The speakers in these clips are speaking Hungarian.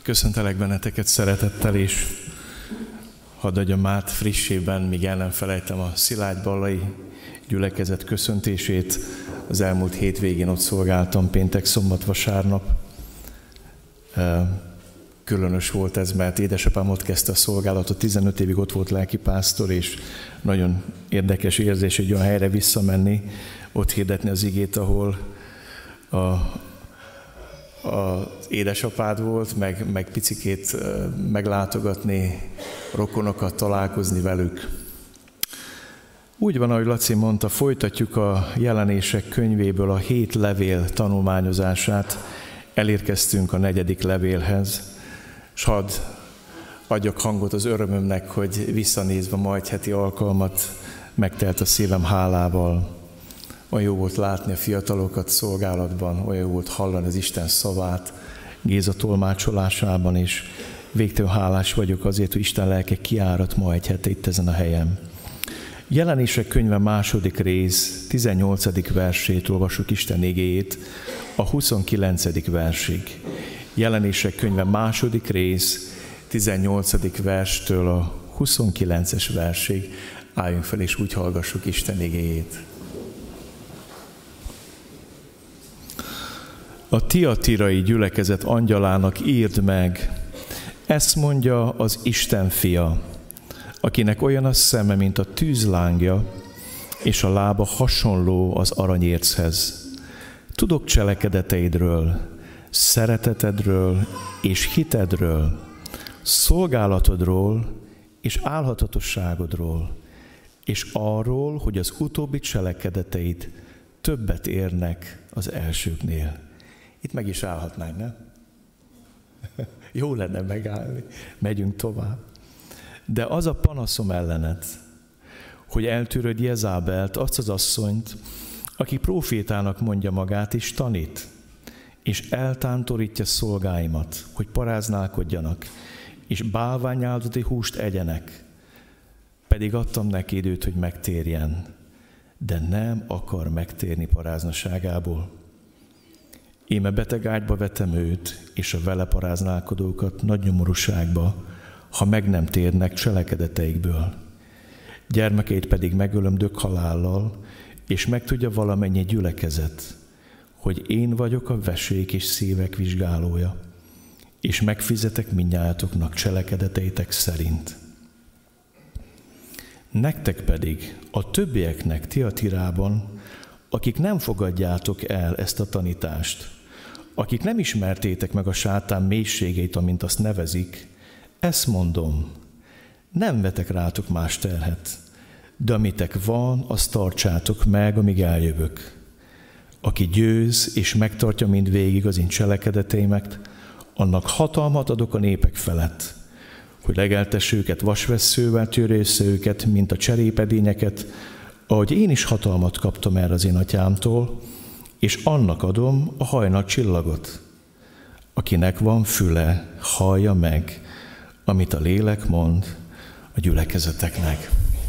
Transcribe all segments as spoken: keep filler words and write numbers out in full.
Köszöntelek benneteket szeretettel, és hadd adjam át frissében, míg el nem felejtem a Szilágyballai gyülekezet köszöntését. Az elmúlt hétvégén ott szolgáltam, péntek, szombat, vasárnap. Különös volt ez, mert édesapám ott kezdte a szolgálatot, tizenöt évig ott volt lelkipásztor, és nagyon érdekes érzés egy olyan helyre visszamenni, ott hirdetni az igét, ahol a, az édesapád volt, meg, meg picikét meglátogatni rokonokat, találkozni velük. Úgy van, ahogy Laci mondta, folytatjuk a Jelenések könyvéből a hét levél tanulmányozását. Elérkeztünk a negyedik levélhez, s hadd adjak hangot az örömömnek, hogy visszanézve a majd heti alkalmat megtelt a szívem hálával. Olyan jó volt látni a fiatalokat szolgálatban, olyan jó volt hallani az Isten szavát Géza tolmácsolásában, és végtelen hálás vagyok azért, hogy Isten lelke kiárat ma egy hete itt ezen a helyen. Jelenések könyve második rész, tizennyolcadik versét olvasjuk Isten igéjét a huszonkilencedik versig. Jelenések könyve második rész, tizennyolcadik verstől a huszonkilences versig. Álljunk fel, és úgy hallgassuk Isten igéjét. A tiatirai gyülekezet angyalának írd meg, ezt mondja az Isten fia, akinek olyan a szeme, mint a tűzlángja, és a lába hasonló az aranyérchez. Tudok cselekedeteidről, szeretetedről és hitedről, szolgálatodról és álhatatosságodról, és arról, hogy az utóbbi cselekedeteid többet érnek az elsőknél. Itt meg is állhatnánk, nem? Jó lenne megállni, megyünk tovább. De az a panaszom ellened, hogy eltűröd Jezábelt, azt az asszonyt, aki prófétának mondja magát és tanít, és eltántorítja szolgáimat, hogy paráználkodjanak, és bálványáldozati húst egyenek. Pedig adtam neki időt, hogy megtérjen, de nem akar megtérni paráznaságából. Íme beteg ágyba vetem őt, és a vele paráználkodókat nagy nyomorúságba, ha meg nem térnek cselekedeteikből. Gyermekeit pedig megölöm dökhalállal, és megtudja valamennyi gyülekezet, hogy én vagyok a vesék és szívek vizsgálója, és megfizetek mindnyájatoknak cselekedeteitek szerint. Nektek pedig, a többieknek Tiatirában, akik nem fogadjátok el ezt a tanítást, akik nem ismertétek meg a sátán mélységeit, amint azt nevezik, ezt mondom, nem vetek rátok más terhet, de amitek van, azt tartsátok meg, amíg eljövök. Aki győz és megtartja mindvégig az én cselekedeteimet, annak hatalmat adok a népek felett, hogy legeltesse őket vasvesszővel, törje össze őket, mint a cserépedényeket, ahogy én is hatalmat kaptam erre az én atyámtól, és annak adom a hajnal csillagot. Akinek van füle, hallja meg, amit a lélek mond a gyülekezeteknek.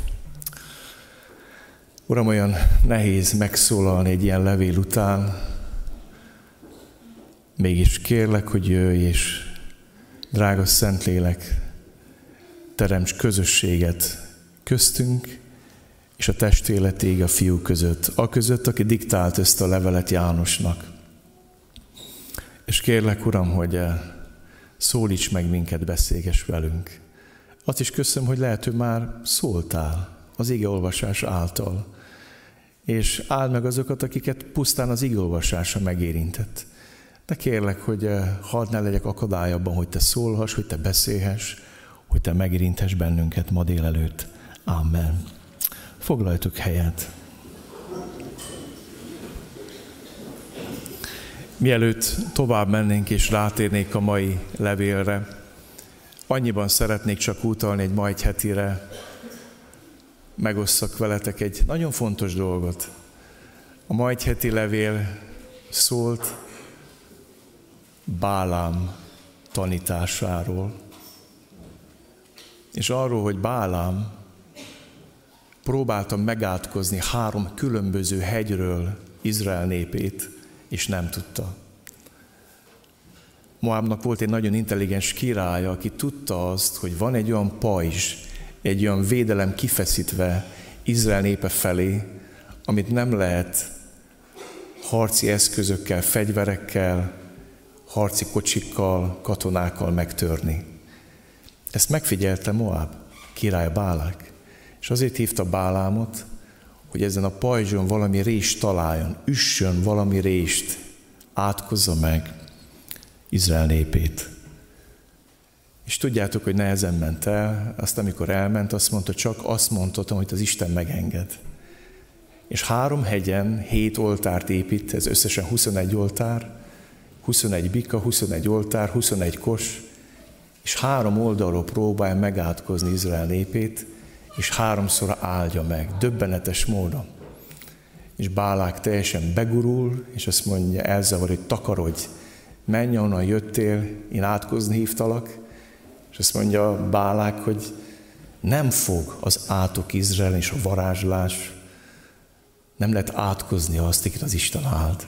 Uram, olyan nehéz megszólalni egy ilyen levél után, mégis kérlek, hogy jöjj, és drága Szentlélek, teremts közösséget köztünk, és a testéletig a fiú között, a között, aki diktált ezt a levelet Jánosnak. És kérlek, Uram, hogy szólíts meg minket, beszélgess velünk. Azt is köszönöm, hogy lehet, hogy már szóltál az igeolvasás által, és áld meg azokat, akiket pusztán az igeolvasása megérintett. De kérlek, hogy hadd ne legyek akadály abban, hogy te szólhass, hogy te beszélhess, hogy te megérinthess bennünket ma délelőtt. Amen. Foglaljatok helyet. Mielőtt tovább mennénk és rátérnék a mai levélre, annyiban szeretnék csak utalni egy majd hetire, megosszak veletek egy nagyon fontos dolgot. A majd heti levél szólt Bálám tanításáról, és arról, hogy Bálám próbáltam megátkozni három különböző hegyről Izrael népét, és nem tudta. Moábnak volt egy nagyon intelligens királya, aki tudta azt, hogy van egy olyan pajzs, egy olyan védelem kifeszítve Izrael népe felé, amit nem lehet harci eszközökkel, fegyverekkel, harci kocsikkal, katonákkal megtörni. Ezt megfigyelte Moáb, király Bálák, és azért hívta Bálámot, hogy ezen a pajzson valami rést találjon, üssön valami rést, átkozza meg Izrael népét. És tudjátok, hogy nehezen ment el, azt amikor elment, azt mondta, csak azt mondhatom, hogy az Isten megenged. És három hegyen hét oltárt épít, ez összesen huszonegy oltár, huszonegy bika, huszonegy oltár, huszonegy kos, és három oldalról próbálja megátkozni Izrael népét, és háromszor áldja meg, döbbenetes módon. És Bálák teljesen begurul, és azt mondja, elzavar, hogy takarodj, menj, onnan jöttél, én átkozni hívtalak, és azt mondja Bálák, hogy nem fog az átok Izrael és a varázslás, nem lehet átkozni azt, akit az Isten áld.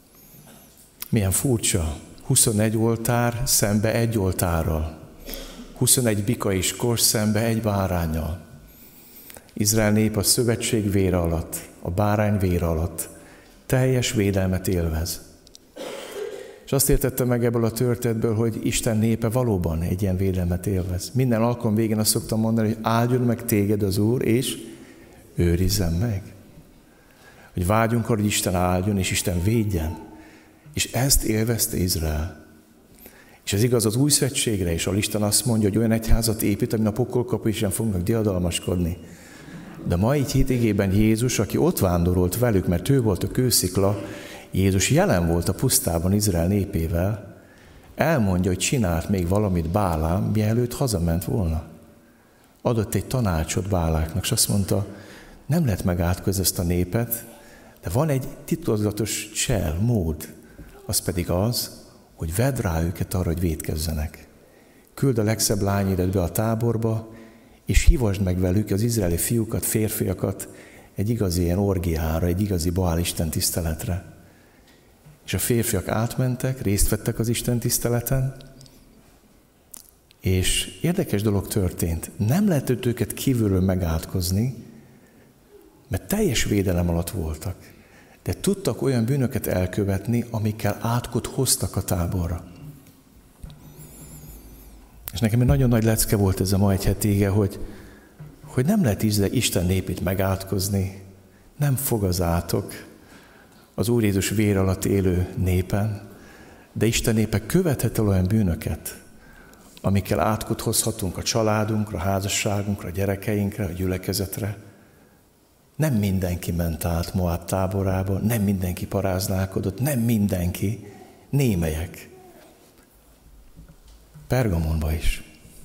Milyen furcsa, huszonegy oltár szembe egy oltárral, huszonegy bika és kos szembe egy báránnyal. Izrael nép a szövetség vére alatt, a bárány vére alatt teljes védelmet élvez. És azt értette meg ebből a történetből, hogy Isten népe valóban egy ilyen védelmet élvez. Minden alkalom végén azt szoktam mondani, hogy áldjon meg téged az Úr, és őrizzen meg. Hogy vágyunk arra, hogy Isten áldjon, és Isten védjen. És ezt élvezte Izrael. És ez igaz az új szövetségre is, ahol Isten azt mondja, hogy olyan egyházat épít, amin a pokolkapui sem fognak diadalmaskodni. De ma így hit igében Jézus, aki ott vándorolt velük, mert ő volt a kőszikla, Jézus jelen volt a pusztában Izrael népével, elmondja, hogy csinált még valamit Bálám, mielőtt hazament volna. Adott egy tanácsot Báláknak, és azt mondta, nem lehet megátkozni ezt a népet, de van egy titokzatos csel, mód, az pedig az, hogy vedd rá őket arra, hogy vétkezzenek. Küld a legszebb lányédet be a táborba, és hívasd meg velük az izraeli fiúkat, férfiakat egy igazi ilyen orgiára, egy igazi Baál Isten tiszteletre. És a férfiak átmentek, részt vettek az Isten tiszteleten, és érdekes dolog történt. Nem lehetett őket kívülről megátkozni, mert teljes védelem alatt voltak. De tudtak olyan bűnöket elkövetni, amikkel átkot hoztak a táborra. És nekem egy nagyon nagy lecke volt ez a ma egy hetége, hogy, hogy nem lehet Isten népét megátkozni, nem fog az átok az Úr Jézus vér alatt élő népen, de Isten népe követhet el olyan bűnöket, amikkel átkot hozhatunk a családunkra, a házasságunkra, a gyerekeinkre, a gyülekezetre. Nem mindenki ment át Moáb táborába, nem mindenki paráználkodott, nem mindenki, némelyek. Pergamonba is.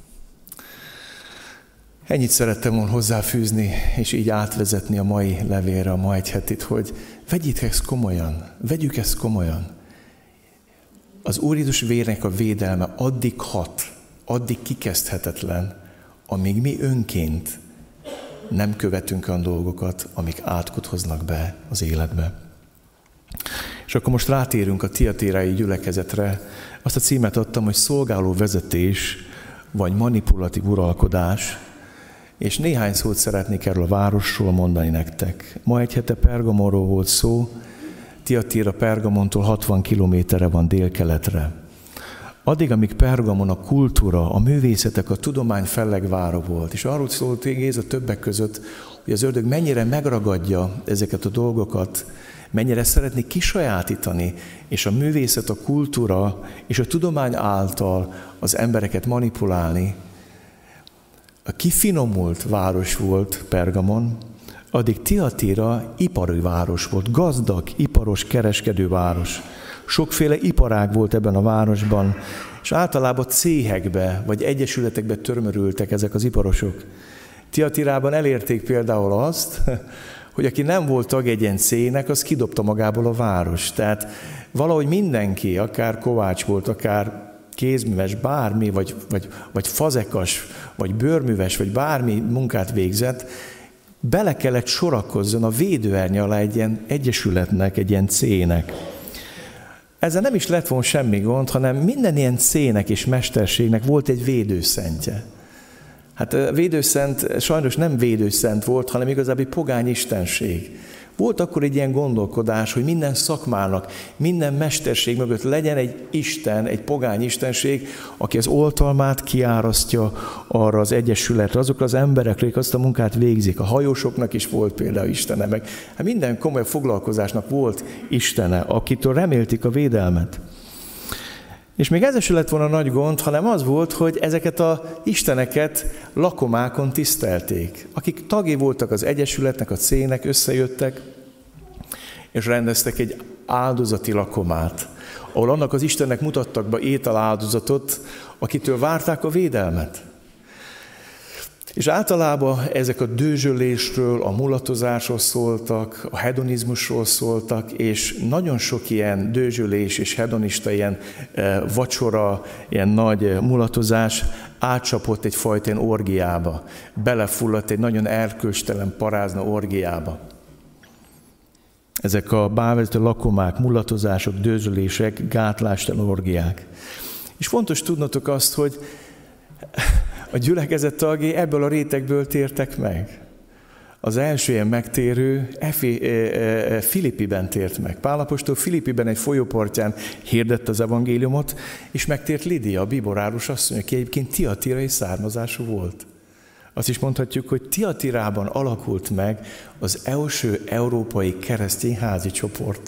Ennyit szerettem volna hozzáfűzni, és így átvezetni a mai levélre, a ma egy hetit, hogy vegyük ezt komolyan, vegyük ezt komolyan. Az Úr Jézus vérnek a védelme addig hat, addig kikezdhetetlen, amíg mi önként nem követünk olyan dolgokat, amik átkot hoznak be az életbe. És akkor most rátérünk a tiatírai gyülekezetre. Azt a címet adtam, hogy szolgáló vezetés, vagy manipulatív uralkodás, és néhány szót szeretnék erről a városról mondani nektek. Ma egy hete Pergamonról volt szó, Tiatíra Pergamontól hatvan kilométerre van délkeletre. Addig, amíg Pergamon a kultúra, a művészetek, a tudomány fellegvára volt, és arról szólt Géza többek között, hogy az ördög mennyire megragadja ezeket a dolgokat, mennyire szeretné kisajátítani, és a művészet, a kultúra és a tudomány által az embereket manipulálni. A kifinomult város volt Pergamon, addig Tiatíra ipari város volt, gazdag, iparos, kereskedő város. Sokféle iparág volt ebben a városban, és általában céhekbe vagy egyesületekbe törmörültek ezek az iparosok. Tiatírában elérték például azt, hogy aki nem volt tag egy ilyen cégnek, az kidobta magából a város. Tehát valahogy mindenki, akár kovács volt, akár kézműves, bármi, vagy, vagy, vagy fazekas, vagy bőrműves, vagy bármi munkát végzett, bele kellett sorakozzon a védőernye alá egy ilyen egyesületnek, egy ilyen cégnek. ezzel nem is lett volna semmi gond, hanem minden ilyen cének és mesterségnek volt egy védőszentje. Hát a védőszent sajnos nem védőszent volt, hanem igazából egy pogány istenség. Volt akkor egy ilyen gondolkodás, hogy minden szakmának, minden mesterség mögött legyen egy Isten, egy pogány istenség, aki az oltalmát kiárasztja arra az egyesületre, azokra az emberekre, akik azt a munkát végzik. A hajósoknak is volt például istene, meg hát minden komoly foglalkozásnak volt istene, akitől remélték a védelmet. És még ez sem lett volna nagy gond, hanem az volt, hogy ezeket az isteneket lakomákon tisztelték. Akik tagjai voltak az egyesületnek, a cének, összejöttek, és rendeztek egy áldozati lakomát, ahol annak az Istennek mutattak be ételáldozatot, akitől várták a védelmet. És általában ezek a dőzsölésről, a mulatozásról szóltak, a hedonizmusról szóltak, és nagyon sok ilyen dőzsölés és hedonista, ilyen vacsora, ilyen nagy mulatozás átcsapott egyfajta ilyen orgiába, belefulladt egy nagyon erkölcstelen parázna orgiába. Ezek a bálvezető lakomák, mulatozások, dőzsölések, gátlástalan orgiák. És fontos tudnotok azt, hogy a gyülekezet tagjai ebből a rétegből tértek meg. Az első ilyen megtérő Filippiben tért meg. Pál apostol Filippiben egy folyópartján hirdette az evangéliumot, és megtért Lidia, a bíboráros asszony, aki egyébként tiatirai származású volt. Azt is mondhatjuk, hogy Tiatirában alakult meg az első európai keresztény házi csoport.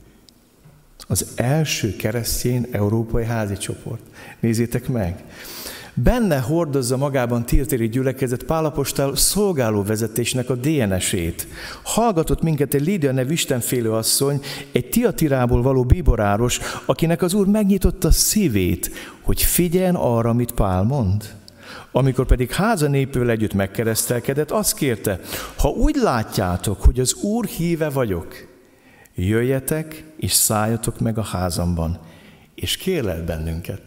Az első keresztény európai házi csoport. Nézzétek meg! Benne hordozza magában tiatiri gyülekezet Pál apostol szolgálóvezetésnek a dé en es-ét. Hallgatott minket egy Lídia nevű istenfélő asszony, egy Tiatirából való bíboráros, akinek az Úr megnyitotta szívét, hogy figyeljen arra, amit Pál mond. Amikor pedig háza népével együtt megkeresztelkedett, azt kérte, ha úgy látjátok, hogy az Úr híve vagyok, jöjjetek és szálljatok meg a házamban, és kérlelt bennünket.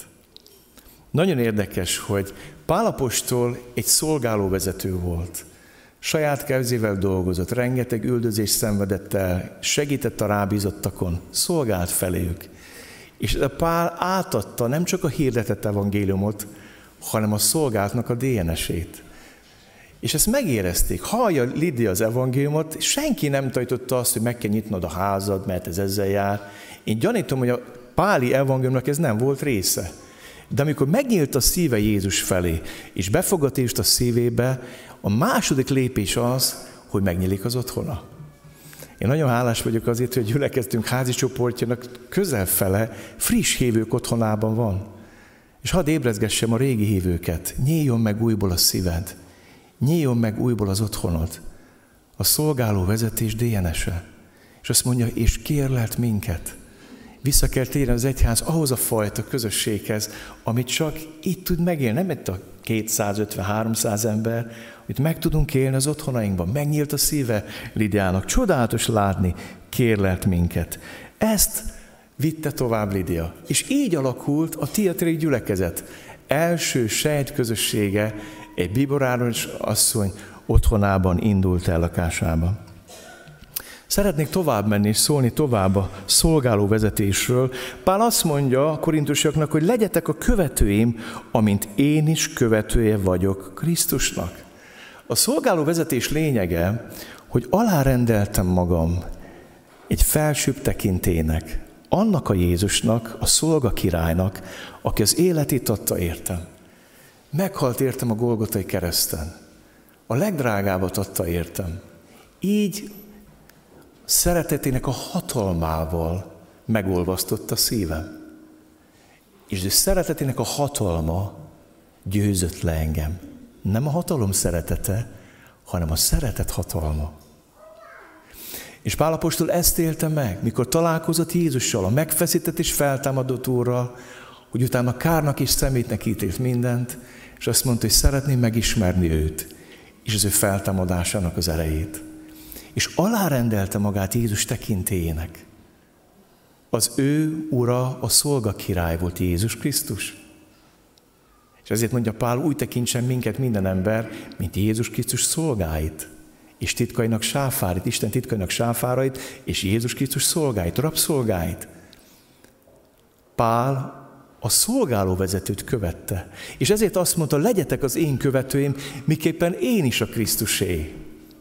Nagyon érdekes, hogy Pál apostol egy szolgálóvezető volt. Saját kezével dolgozott, rengeteg üldözést szenvedett el, segített a rábízottakon, szolgált feléjük. És a Pál átadta nem csak a hirdetett evangéliumot, hanem a szolgáltnak a dé en es-ét. És ezt megérezték. Hallja Lidia az evangéliumot, senki nem tanította azt, hogy meg kell nyitnod a házad, mert ez ezzel jár. Én gyanítom, hogy a páli evangéliumnak ez nem volt része. De amikor megnyílt a szíve Jézus felé, és befogadt Jézust a szívébe, a második lépés az, hogy megnyílik az otthona. Én nagyon hálás vagyok azért, hogy a gyülekeztünk házi csoportjának közel fele friss hívők otthonában van. És hadd ébrezgessem a régi hívőket, nyíljon meg újból a szíved, nyíljon meg újból az otthonod, a szolgáló vezetés dé en es-e. És azt mondja, és kérlelt minket. Vissza kell térni az egyház ahhoz a fajta közösséghez, amit csak itt tud megélni. Nem itt a kétszázötven-háromszáz ember, hogy meg tudunk élni az otthonainkban. Megnyílt a szíve Lidiának. Csodálatos látni, kérlelt minket. Ezt vitte tovább Lidia. És így alakult a tiatiri gyülekezet. Első sejtközössége egy bíboráros asszony otthonában indult el lakásába. Szeretnék tovább menni és szólni tovább a szolgáló vezetésről. Pál azt mondja a korintusiaknak, hogy legyetek a követőim, amint én is követője vagyok Krisztusnak. A szolgáló vezetés lényege, hogy alárendeltem magam egy felsőbb tekintélynek, annak a Jézusnak, a szolga királynak, aki az életét adta értem. Meghalt értem a Golgotai kereszten. A legdrágábbat adta értem. Így szeretetének a hatalmával megolvasztotta szívem. És a szeretetének a hatalma győzött le engem. Nem a hatalom szeretete, hanem a szeretet hatalma. És Pál apostol ezt élte meg, mikor találkozott Jézussal, a megfeszített és feltámadott Úrral, hogy utána kárnak és szemétnek ítélt mindent, és azt mondta, hogy szeretném megismerni őt, és az ő feltámadásának az erejét. És alárendelte magát Jézus tekintélyének. Az ő ura, a szolga király volt Jézus Krisztus. És ezért mondja Pál, úgy tekintsen minket minden ember, mint Jézus Krisztus szolgáit, és titkainak sáfárait, Isten titkainak sáfárait, és Jézus Krisztus szolgáit, rabszolgáit. Pál a szolgálóvezetőt követte. És ezért azt mondta, legyetek az én követőim, miképpen én is a Krisztusé.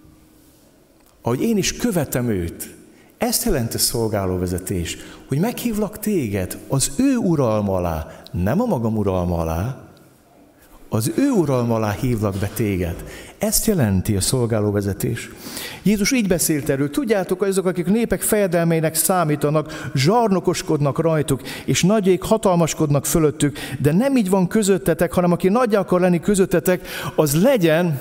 Ahogy én is követem őt. Ezt jelenti a szolgálóvezetés, hogy meghívlak téged az ő uralma alá, nem a magam uralma alá, az ő uralma alá hívlak be téged. Ezt jelenti a szolgálóvezetés. Jézus így beszélt erről, tudjátok, azok, akik népek fejedelmének számítanak, zsarnokoskodnak rajtuk, és nagyék hatalmaskodnak fölöttük, de nem így van közöttetek, hanem aki nagyja akar lenni közöttetek, az legyen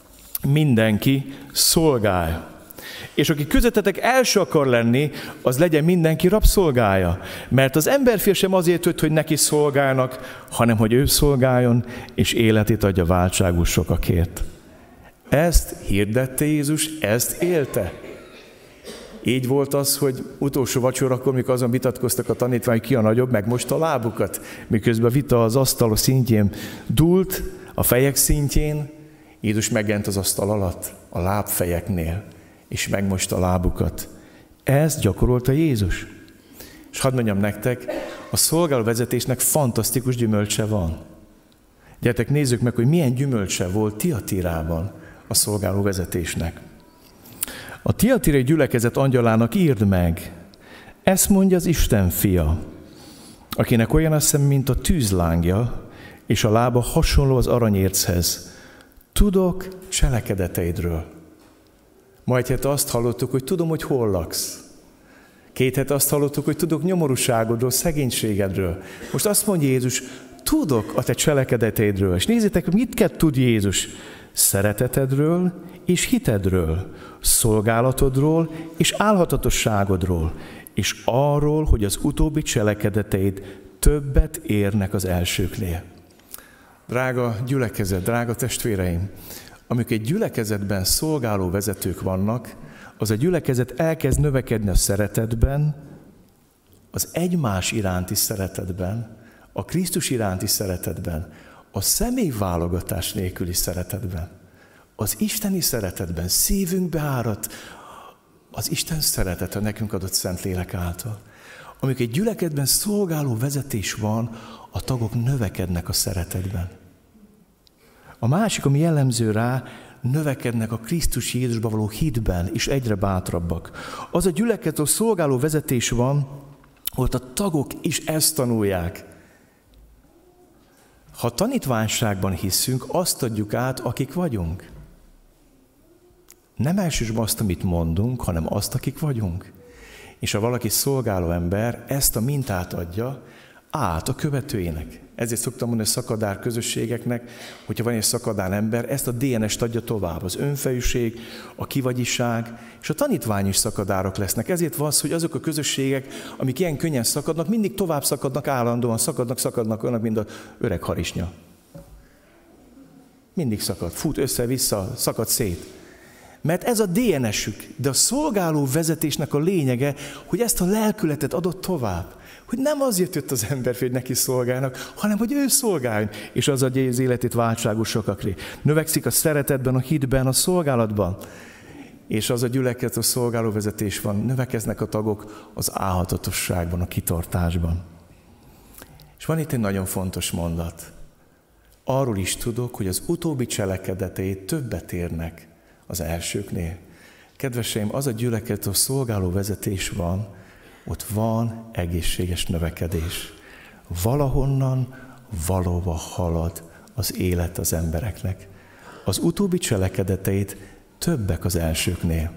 mindenki szolgája. És aki közöttetek első akar lenni, az legyen mindenki rabszolgája. Mert az emberfia sem azért jött, hogy neki szolgálnak, hanem hogy ő szolgáljon, és életét adja váltságul sokakért. Ezt hirdette Jézus, ezt élte. Így volt az, hogy utolsó vacsorakor, mikor azon vitatkoztak a tanítványok, ki a nagyobb, megmosta a lábukat. Miközben a vita az asztal szintjén dúlt, a fejek szintjén, Jézus megjelent az asztal alatt, a lábfejeknél, és megmosta a lábukat. Ezt gyakorolta Jézus. És hadd mondjam nektek, a szolgálóvezetésnek fantasztikus gyümölcse van. Gyertek, nézzük meg, hogy milyen gyümölcse volt Tiatirában a szolgálóvezetésnek. A tiatirai gyülekezet angyalának írd meg, ezt mondja az Isten fia, akinek olyan a szem, mint a tűzlángja, és a lába hasonló az aranyérchez. Tudok cselekedeteidről. Majd hete azt hallottuk, hogy tudom, hogy hol laksz. Két hete azt hallottuk, hogy tudok nyomorúságodról, szegénységedről. Most azt mondja Jézus, tudok a te cselekedeteidről. És nézzétek, mit kell tud Jézus? Szeretetedről és hitedről, szolgálatodról és álhatatosságodról, és arról, hogy az utóbbi cselekedeteid többet érnek az elsőknél. Drága gyülekezet, drága testvéreim, amikor egy gyülekezetben szolgáló vezetők vannak, az a gyülekezet elkezd növekedni a szeretetben, az egymás iránti szeretetben, a Krisztus iránti szeretetben, a személyválogatás nélküli szeretetben, az isteni szeretetben, szívünkbe áradt az Isten szeretete nekünk adott Szentlélek által. Amikor egy gyülekezetben szolgáló vezetés van, a tagok növekednek a szeretetben. A másik, ami jellemző rá, növekednek a Krisztus Jézusba való hitben, és egyre bátrabbak. Az a gyülekezet, a szolgáló vezetés van, ott a tagok is ezt tanulják. Ha tanítványságban hiszünk, azt adjuk át, akik vagyunk. Nem elsősorban azt, amit mondunk, hanem azt, akik vagyunk. És ha valaki szolgáló ember, ezt a mintát adja át a követőinek. Ezért szoktam mondani a szakadár közösségeknek, hogyha van egy szakadár ember, ezt a dé en est adja tovább. Az önfejűség, a kivagyiság, és a tanítvány is szakadárok lesznek. Ezért van az, hogy azok a közösségek, amik ilyen könnyen szakadnak, mindig tovább szakadnak, állandóan szakadnak, szakadnak, olyanok, mint az öreg harisnya. Mindig szakad, fut össze-vissza, szakad szét. Mert ez a dé en esük, de a szolgáló vezetésnek a lényege, hogy ezt a lelkületet adott tovább. Hogy nem azért jött az ember, hogy neki szolgálnak, hanem hogy ő szolgáljon, és az adja az életét váltságos sokakré. Növekszik a szeretetben, a hitben, a szolgálatban, és az a gyülekezet, a szolgálóvezetés van, növekeznek a tagok az álhatatosságban, a kitartásban. És van itt egy nagyon fontos mondat. Arról is tudok, hogy az utóbbi cselekedetei többet érnek az elsőknél. Kedveseim, az a gyülekezet, a szolgálóvezetés van, ott van egészséges növekedés. Valahonnan valóban halad az élet az embereknek. Az utóbbi cselekedeteit többek az elsőknél.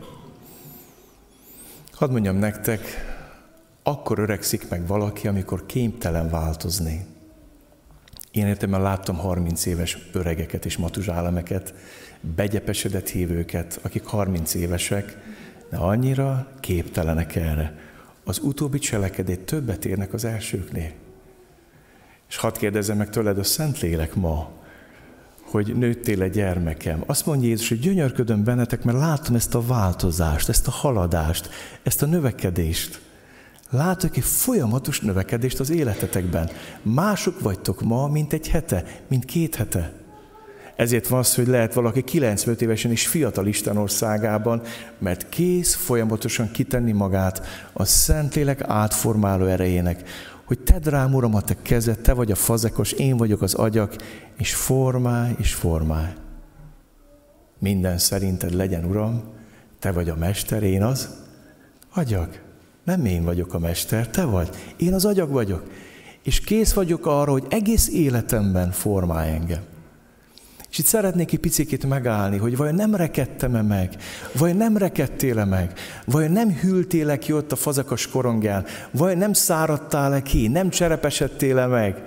Hadd mondjam nektek, akkor öregszik meg valaki, amikor képtelen változni. Én értelemben láttam harminc éves öregeket és matuzsálemeket, begyepesedett hívőket, akik harminc évesek, de annyira képtelenek erre. Az utóbbi cselekedét többet érnek az elsőknél. És hadd kérdezzem meg tőled a Szentlélek ma, hogy nőttél-e gyermekem. Azt mondja Jézus, hogy gyönyörködöm bennetek, mert látom ezt a változást, ezt a haladást, ezt a növekedést. Látok egy folyamatos növekedést az életetekben. Mások vagytok ma, mint egy hete, mint két hete. Ezért van az, hogy lehet valaki kilencvenöt évesen is fiatal Isten országában, mert kész folyamatosan kitenni magát a Szentlélek átformáló erejének, hogy tedd rám, Uram, a te kezed, te vagy a fazekas, én vagyok az agyak, és formálj, és formálj. Minden szerinted legyen, Uram, te vagy a mester, én az agyak. Nem én vagyok a mester, te vagy. Én az agyak vagyok. És kész vagyok arra, hogy egész életemben formálj engem. És itt szeretnék egy picikét megállni, hogy vajon nem rekedtem-e meg, vajon nem rekedtél-e meg, vajon nem hűltél-e ki ott a fazekas korongján, vajon nem száradtál-e ki, nem cserepesedtél-e meg.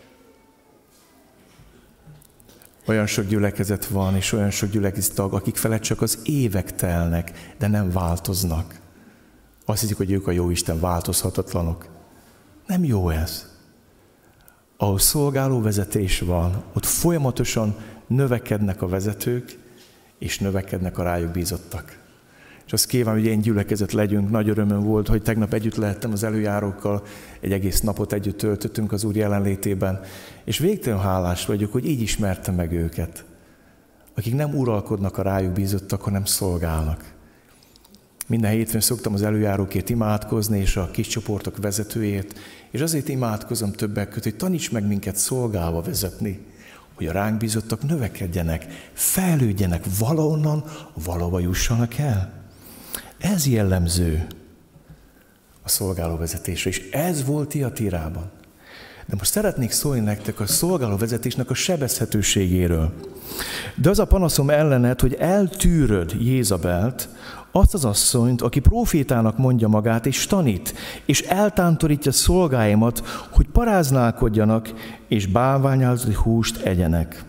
Olyan sok gyülekezet van, és olyan sok gyülekezet tag, akik felett csak az évek telnek, de nem változnak. Azt hiszik, hogy ők a Jóisten változhatatlanok. Nem jó ez. Ahol szolgáló vezetés van, ott folyamatosan növekednek a vezetők, és növekednek a rájuk bízottak. És azt kíván, hogy ilyen gyülekezet legyünk. Nagy örömöm volt, hogy tegnap együtt lehettem az előjárókkal, egy egész napot együtt töltöttünk az Úr jelenlétében, és végtelen hálás vagyok, hogy így ismertem meg őket, akik nem uralkodnak a rájuk bízottak, hanem szolgálnak. Minden hétfőn szoktam az előjárókért imádkozni, és a kis csoportok vezetőjét, és azért imádkozom többek között, hogy taníts meg minket szolgálva vezetni, hogy a ránk bízottak növekedjenek, fejlődjenek, valahonnan, valahova jussanak el. Ez jellemző a szolgálóvezetésre, és ez volt Tiatírában. De most szeretnék szólni nektek a szolgálóvezetésnek a sebezhetőségéről. De az a panaszom ellened, hogy eltűröd Jézabelt, azt az asszonyt, aki prófétának mondja magát, és tanít, és eltántorítja szolgáimat, hogy paráználkodjanak, és bálványáldozati húst egyenek.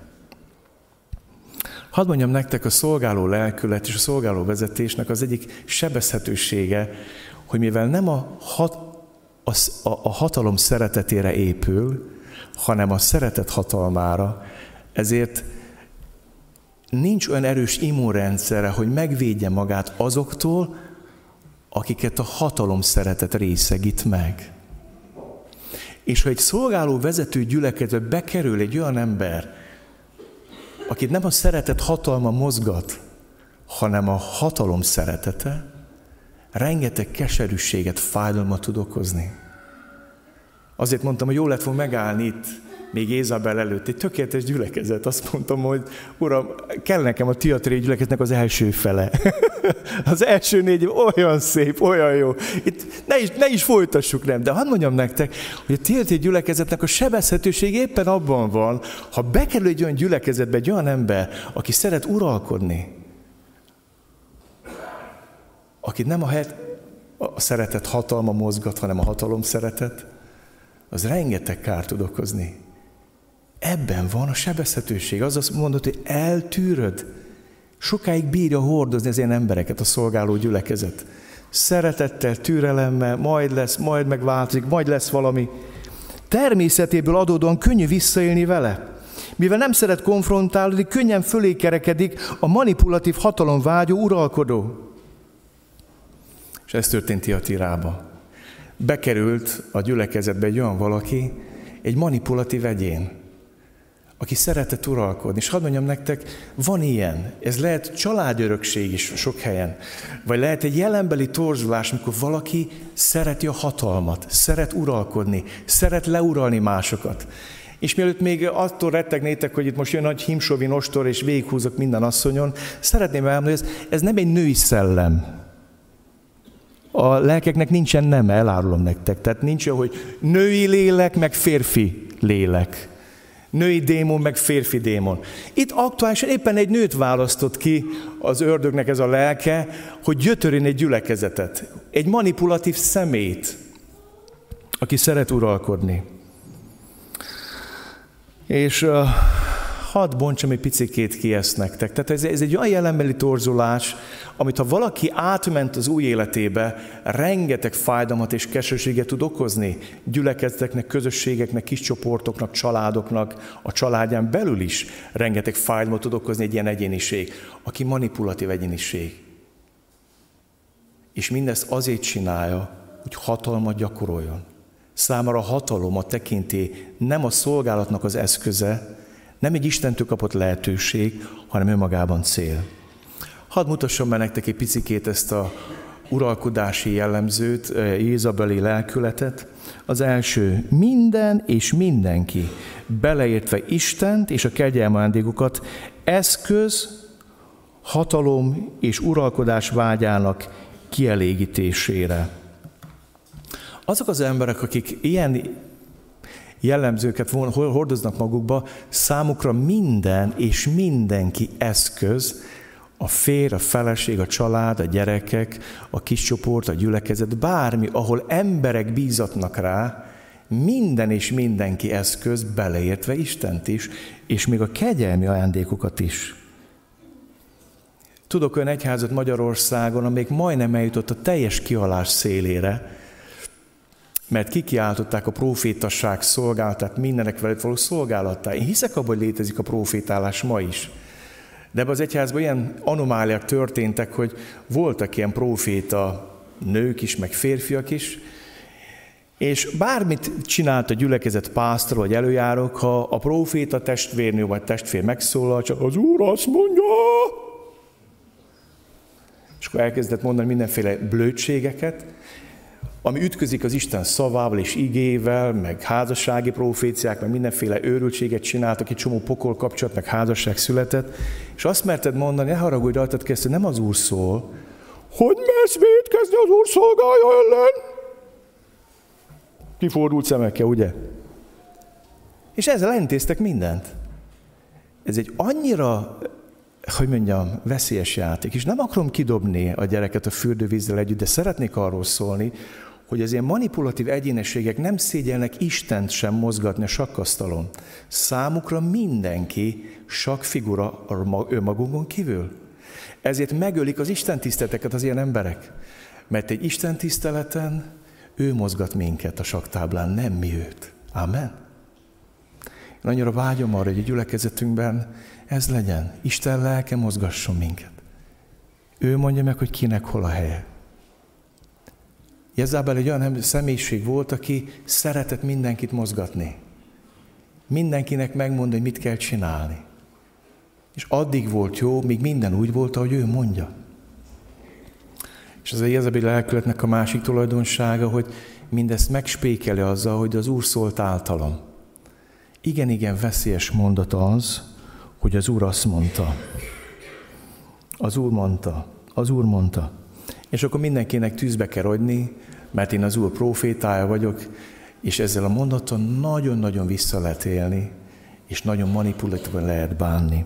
Hadd mondjam nektek, a szolgáló lelkület és a szolgáló vezetésnek az egyik sebezhetősége, hogy mivel nem a, hat, a, a hatalom szeretetére épül, hanem a szeretet hatalmára, ezért nincs olyan erős immunrendszere, hogy megvédje magát azoktól, akiket a hatalom szeretet részegít meg. És ha egy szolgáló vezető gyülekezetbe bekerül egy olyan ember, akit nem a szeretet hatalma mozgat, hanem a hatalom szeretete, rengeteg keserűséget, fájdalmat tud okozni. Azért mondtam, hogy jól lett volna megállni itt, még Jézabel előtt, egy tökéletes gyülekezet. Azt mondtam, hogy Uram, kell nekem a tiatírai gyülekezetnek az első fele. Az első négy év olyan szép, olyan jó. Itt ne is, ne is folytassuk, nem. De hadd mondjam nektek, hogy a tiatírai gyülekezetnek a sebezhetőség éppen abban van, ha bekerül egy olyan gyülekezetbe egy olyan ember, aki szeret uralkodni, akit nem a, het, a szeretet hatalma mozgat, hanem a hatalom szeretet, az rengeteg kárt tud okozni. Ebben van a sebezhetőség. Az azt mondod, hogy eltűröd. Sokáig bírja hordozni az ilyen embereket a szolgáló gyülekezet. Szeretettel, türelemmel, majd lesz, majd megváltozik, majd lesz valami. Természetéből adódóan könnyű visszaélni vele. Mivel nem szeret konfrontálódni, könnyen fölé kerekedik a manipulatív hatalomvágyó uralkodó. És ez történt Tiatírában. Bekerült a gyülekezetbe egy olyan valaki, egy manipulatív egyén, aki szeretett uralkodni. És hadd mondjam nektek, van ilyen. Ez lehet családörökség is sok helyen. Vagy lehet egy jelenbeli torzulás, amikor valaki szereti a hatalmat, szeret uralkodni, szeret leuralni másokat. És mielőtt még attól rettegnétek, hogy itt most jön nagy himsovi ostor, és végighúzok minden asszonyon, szeretném elmondani, hogy ez, ez nem egy női szellem. A lelkeknek nincsen neme, elárulom nektek. Tehát nincs olyan, hogy női lélek, meg férfi lélek. Női démon, meg férfi démon. Itt aktuálisan éppen egy nőt választott ki az ördögnek ez a lelke, hogy gyötörjön egy gyülekezetet. Egy manipulatív szemét, aki szeret uralkodni. És uh, hadd bontsam egy picikét ki ezt nektek. Tehát ez, ez egy olyan jelenbeli torzulás, amit ha valaki átment az új életébe, rengeteg fájdalmat és keserűséget tud okozni gyülekezeteknek, közösségeknek, kis csoportoknak, családoknak, a családján belül is rengeteg fájdalmat tud okozni egy ilyen egyéniség, aki manipulatív egyéniség. És mindezt azért csinálja, hogy hatalmat gyakoroljon. Számára a hatalom, a tekintély nem a szolgálatnak az eszköze, nem egy Istentől kapott lehetőség, hanem önmagában cél. Hadd mutassam meg nektek egy picikét ezt a, uralkodási jellemzőt, jézabeli lelkületet. Az első, minden és mindenki, beleértve Istent és a kegyelmi ajándékokat, eszköz, hatalom és uralkodás vágyának kielégítésére. Azok az emberek, akik ilyen jellemzőket hordoznak magukba, számukra minden és mindenki eszköz, a férj, a feleség, a család, a gyerekek, a kis csoport, a gyülekezet, bármi, ahol emberek bízatnak rá, minden és mindenki eszköz, beleértve Istent is, és még a kegyelmi ajándékokat is. Tudok olyan egyházat Magyarországon, amelyik majdnem eljutott a teljes kihalás szélére, mert kikiáltották a profétasság szolgálatát, mindenek velük való szolgálattá. Én hiszek abban, hogy létezik a profétálás ma is. De ebben az egyházban ilyen anomáliák történtek, hogy voltak ilyen proféta nők is, meg férfiak is, és bármit csinált a gyülekezet pásztor vagy előjárók, ha a proféta testvérnő vagy testvér megszólal, csak az Úr azt mondja, és akkor elkezdett mondani mindenféle blödségeket, ami ütközik az Isten szavával és igével, meg házassági proféciák, meg mindenféle őrültséget csináltak, egy csomó pokol kapcsolat, meg házasság született, és azt merted mondani, ne haragudj rajtad keresztül, nem az Úr szól, hogy mersz vétkezni az Úr szolgája ellen? Kifordult szemekkel, ugye? És ezzel elintéztek mindent. Ez egy annyira, hogy mondjam, veszélyes játék, és nem akarom kidobni a gyereket a fürdővízzel együtt, de szeretnék arról szólni, hogy az ilyen manipulatív egyénességek nem szégyelnek Istent sem mozgatni a sakkasztalon. Számukra mindenki sakkfigura önmagunkon kívül. Ezért megölik az Isten tiszteleteket az ilyen emberek. Mert egy Isten tiszteleten ő mozgat minket a sakktáblán, nem mi őt. Amen. Én annyira vágyom arra, hogy a gyülekezetünkben ez legyen. Isten lelke mozgasson minket. Ő mondja meg, hogy kinek hol a helye. Jezabel egy olyan személyiség volt, aki szeretett mindenkit mozgatni. Mindenkinek megmondani, hogy mit kell csinálni. És addig volt jó, míg minden úgy volt, ahogy ő mondja. És az a Jezabel lelkületnek a másik tulajdonsága, hogy mindezt megspékeli azzal, hogy az Úr szólt általam. Igen, igen, veszélyes mondat az, hogy az Úr azt mondta. Az Úr mondta. Az Úr mondta. És akkor mindenkinek tűzbe kell rogyni, mert én az Úr profétája vagyok, és ezzel a mondaton nagyon-nagyon vissza lehet élni, és nagyon manipulatívan lehet bánni.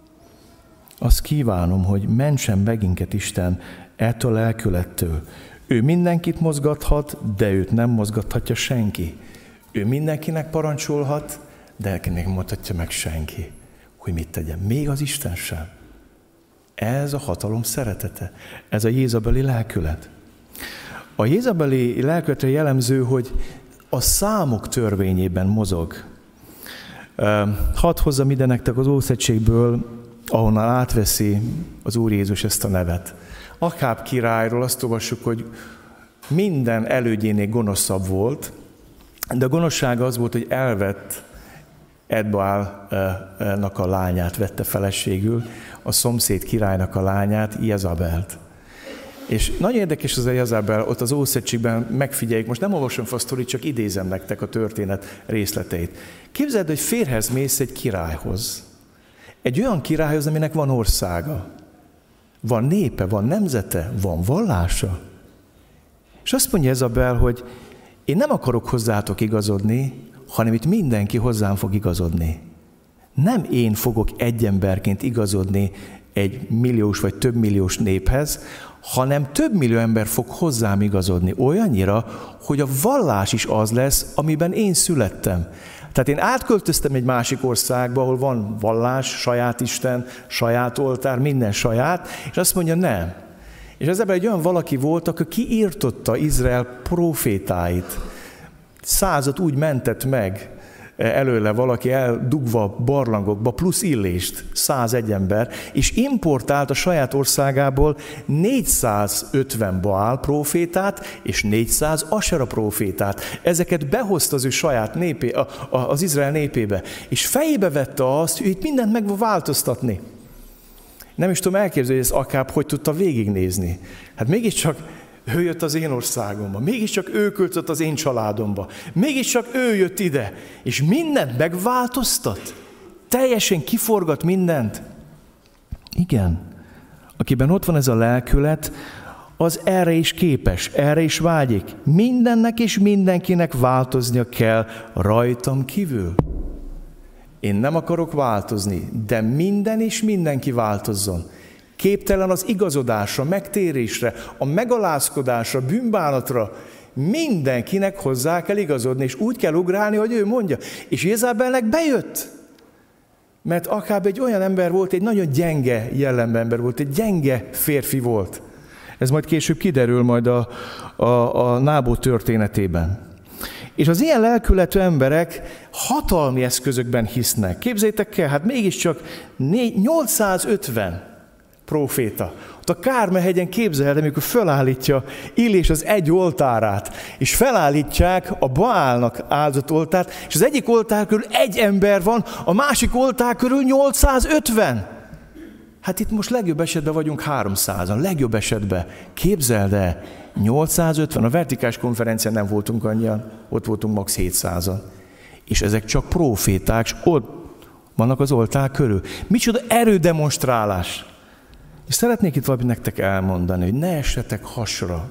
Azt kívánom, hogy mentsen meg minket Isten ettől a lelkülettől. Ő mindenkit mozgathat, de őt nem mozgathatja senki. Ő mindenkinek parancsolhat, de nekinek mondhatja meg senki, hogy mit tegyen. Még az Isten sem. Ez a hatalom szeretete. Ez a jézabeli lelkület. A jézabeli lelkületre jellemző, hogy a számok törvényében mozog. Hadd hozzam ide nektek az Ószövetségből, ahonnan átveszi az Úr Jézus ezt a nevet. Akáb királyról azt olvassuk, hogy minden elődjénél gonoszabb volt, de a gonoszsága az volt, hogy elvett Edbaálnak a lányát, vette feleségül, a szomszéd királynak a lányát, Jezabelt. És nagyon érdekes az a Jezabel, ott az Ószövetségben megfigyeljük, most nem olvasom fel a sztorit, csak idézem nektek a történet részleteit. Képzeld, hogy férhez mész egy királyhoz. Egy olyan királyhoz, aminek van országa. Van népe, van nemzete, van vallása. És azt mondja Jezabel, hogy én nem akarok hozzátok igazodni, hanem itt mindenki hozzám fog igazodni. Nem én fogok egy emberként igazodni egy milliós vagy több milliós néphez, hanem több millió ember fog hozzám igazodni olyannyira, hogy a vallás is az lesz, amiben én születtem. Tehát én átköltöztem egy másik országba, ahol van vallás, saját Isten, saját oltár, minden saját, és azt mondja, nem. És ez ebben egy olyan valaki volt, aki kiírtotta Izrael profétáit. Százat úgy mentett meg előle valaki eldugva barlangokba, plusz Illést, százegy ember, és importált a saját országából négyszázötven Baál profétát, és négyszáz Asera profétát. Ezeket behozta az ő saját népé, a, a, az Izrael népébe, és fejébe vette azt, hogy itt mindent meg változtatni. Nem is tudom elképzelni, hogy ez Akáb hogy tudta végignézni. Hát mégiscsak Ő jött az én országomba, mégiscsak ő költött az én családomba, mégiscsak ő jött ide, és mindent megváltoztat, teljesen kiforgat mindent. Igen, akiben ott van ez a lelkület, az erre is képes, erre is vágyik. Mindennek és mindenkinek változnia kell rajtam kívül. Én nem akarok változni, de minden és mindenki változzon. Képtelen az igazodásra, megtérésre, a megalázkodásra, bűnbánatra. Mindenkinek hozzá kell igazodni, és úgy kell ugrálni, hogy ő mondja. És Jézabelnek bejött. Mert Akáb egy olyan ember volt, egy nagyon gyenge jellemű ember volt, egy gyenge férfi volt. Ez majd később kiderül majd a, a, a Nábót történetében. És az ilyen lelkületű emberek hatalmi eszközökben hisznek. Képzeljétek el, hát mégiscsak nyolcszázötven próféta. Ott a Kármel-hegyen képzeld, amikor felállítja Illés az egy oltárát, és felállítják a Baálnak áldott oltárt, és az egyik oltár körül egy ember van, a másik oltár körül nyolcszázötven. Hát itt most legjobb esetben vagyunk háromszázan, legjobb esetben. Képzeld el, nyolcszázötven, a vertikális konferencián nem voltunk annyian, ott voltunk max. hétszázan. És ezek csak próféták, és ott vannak az oltár körül. Micsoda erődemonstrálás! És szeretnék itt valamit nektek elmondani, hogy ne essetek hasra.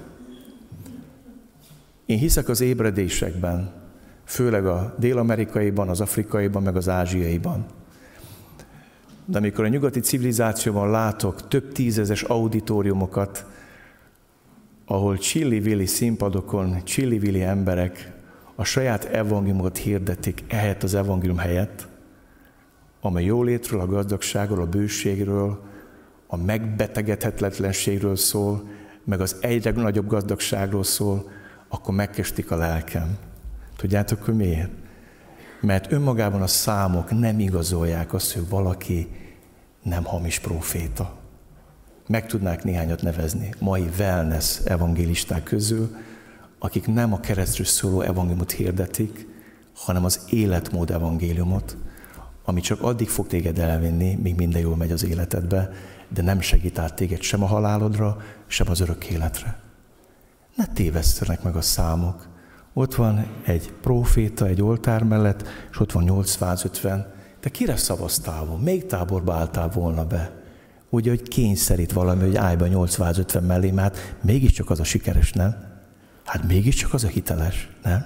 Én hiszek az ébredésekben, főleg a dél-amerikaiban, az afrikaiban, meg az ázsiaiban. De amikor a nyugati civilizációban látok több tízezes auditóriumokat, ahol csilli-villi színpadokon, csilli-villi emberek a saját evangéliumot hirdetik ehelyett az evangélium helyett, amely jólétről, a gazdagságról, a bőségről, a megbetegedhetetlenségről szól, meg az egyre nagyobb gazdagságról szól, akkor megkestik a lelkem. Tudjátok, hogy miért? Mert önmagában a számok nem igazolják azt, hogy valaki nem hamis próféta. Meg tudnák néhányat nevezni mai wellness evangélisták közül, akik nem a keresztről szóló evangéliumot hirdetik, hanem az életmód evangéliumot, ami csak addig fog téged elvinni, míg minden jól megy az életedbe, de nem segít át téged sem a halálodra, sem az örök életre. Ne tévesztenek meg a számok. Ott van egy próféta egy oltár mellett, és ott van nyolcszázötven. Te kire szavaztál volna? Melyik táborba álltál volna be? Ugye, hogy kényszerít valami, hogy állj be nyolcszázötven mellé, mert hát mégiscsak az a sikeres, nem? Hát mégiscsak az a hiteles, nem?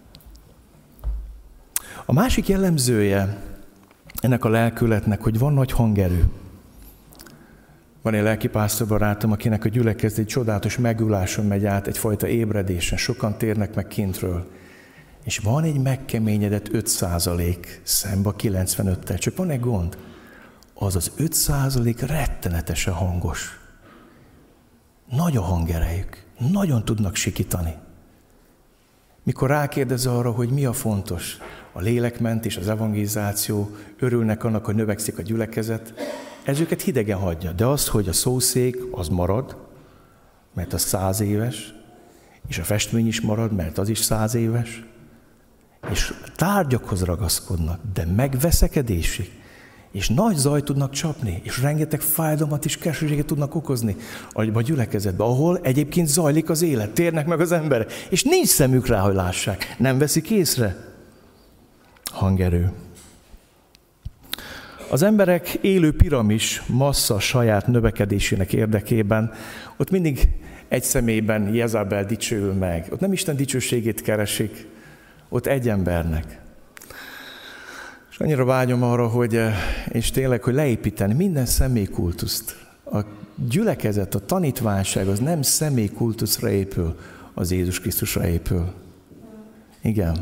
A másik jellemzője ennek a lelkületnek, hogy van nagy hangerő. Van egy lelkipásztor barátom, akinek a gyülekezet egy csodálatos megüláson megy át, egyfajta ébredésen, sokan térnek meg kintről. És van egy megkeményedett öt százalék szembe a kilencvenöttel, csak van egy gond. Az az öt százalék rettenetesen hangos. Nagy a hangerejük, nagyon tudnak sikítani. Mikor rákérdez arra, hogy mi a fontos, a lélekmentés, az evangelizáció, örülnek annak, hogy növekszik a gyülekezet, ez őket hidegen hagyja. De az, hogy a szószék, az marad, mert az száz éves, és a festmény is marad, mert az is száz éves, és tárgyakhoz ragaszkodnak, de megveszekedésig, és nagy zaj tudnak csapni, és rengeteg fájdalmat és keserűséget tudnak okozni a gyülekezetbe, ahol egyébként zajlik az élet, térnek meg az emberek, és nincs szemük rá, hogy lássák, nem veszik észre. Hangerő. Az emberek élő piramis massza saját növekedésének érdekében, ott mindig egy személyben Jézabel dicsőül meg. Ott nem Isten dicsőségét keresik, ott egy embernek. És annyira vágyom arra, hogy, és tényleg, hogy leépíteni minden személykultuszt. A gyülekezet, a tanítványság az nem személykultuszra épül, az Jézus Krisztusra épül. Igen.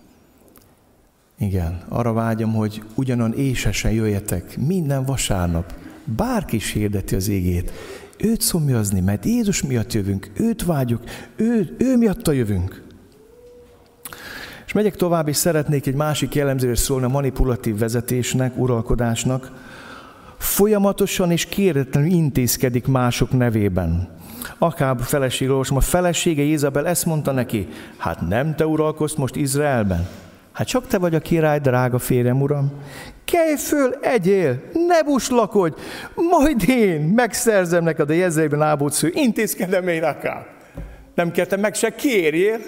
Igen, arra vágyom, hogy ugyanan ésesen jöjjetek minden vasárnap. Bárki is hirdeti az igét. Őt szomjazni, mert Jézus miatt jövünk, őt vágyjuk, ő, ő miatta jövünk. És megyek tovább, és szeretnék egy másik jellemzőről szólni a manipulatív vezetésnek, uralkodásnak. Folyamatosan és kéretlenül intézkedik mások nevében. Akáb feleségről olvasom, a felesége Jézabel ezt mondta neki, hát nem te uralkodsz most Izraelben? Hát csak te vagy a király, drága férjem, uram. Kelj föl, egyél, ne buslakodj, majd én megszerzem neked a Jezreelben Nábót sző, intézkedem én Akáb. Nem kell te meg se kérjél.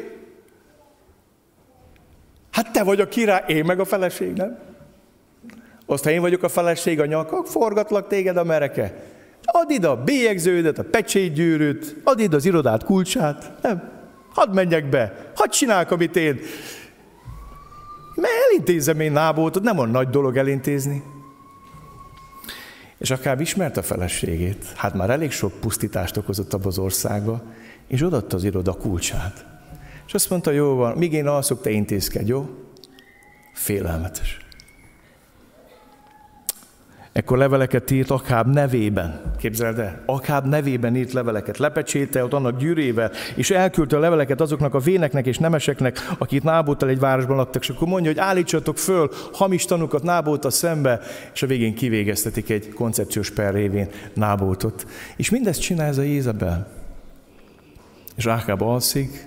Hát te vagy a király, én meg a feleség, nem? Azt, ha én vagyok a feleség, a nyakak, forgatlak téged a mereke. Add ide a bélyegződet, a pecsétgyűrűt, add ide az irodát kulcsát. Nem. Hadd menjek be, hadd csinálok, amit én. Mert elintézem én Nábótot, nem olyan nagy dolog elintézni. És akár ismert a feleségét, hát már elég sok pusztítást okozott abba az országba, és odaadta az iroda kulcsát. És azt mondta, jó van, míg én alszok, te intézkedj, jó? Félelmetes. Ekkor leveleket írt Akáb nevében. Képzeld el, Akáb nevében írt leveleket, lepecsételt annak gyűrével, és elküldte a leveleket azoknak a véneknek és nemeseknek, akik Nábóttal egy városban laktak, és akkor mondja, hogy állítsatok föl hamis tanúkat Nábóttal szembe, és a végén kivégeztetik egy koncepciós per révén Nábótot. És mindezt csinál ez a Jézabel. És Akáb alszik,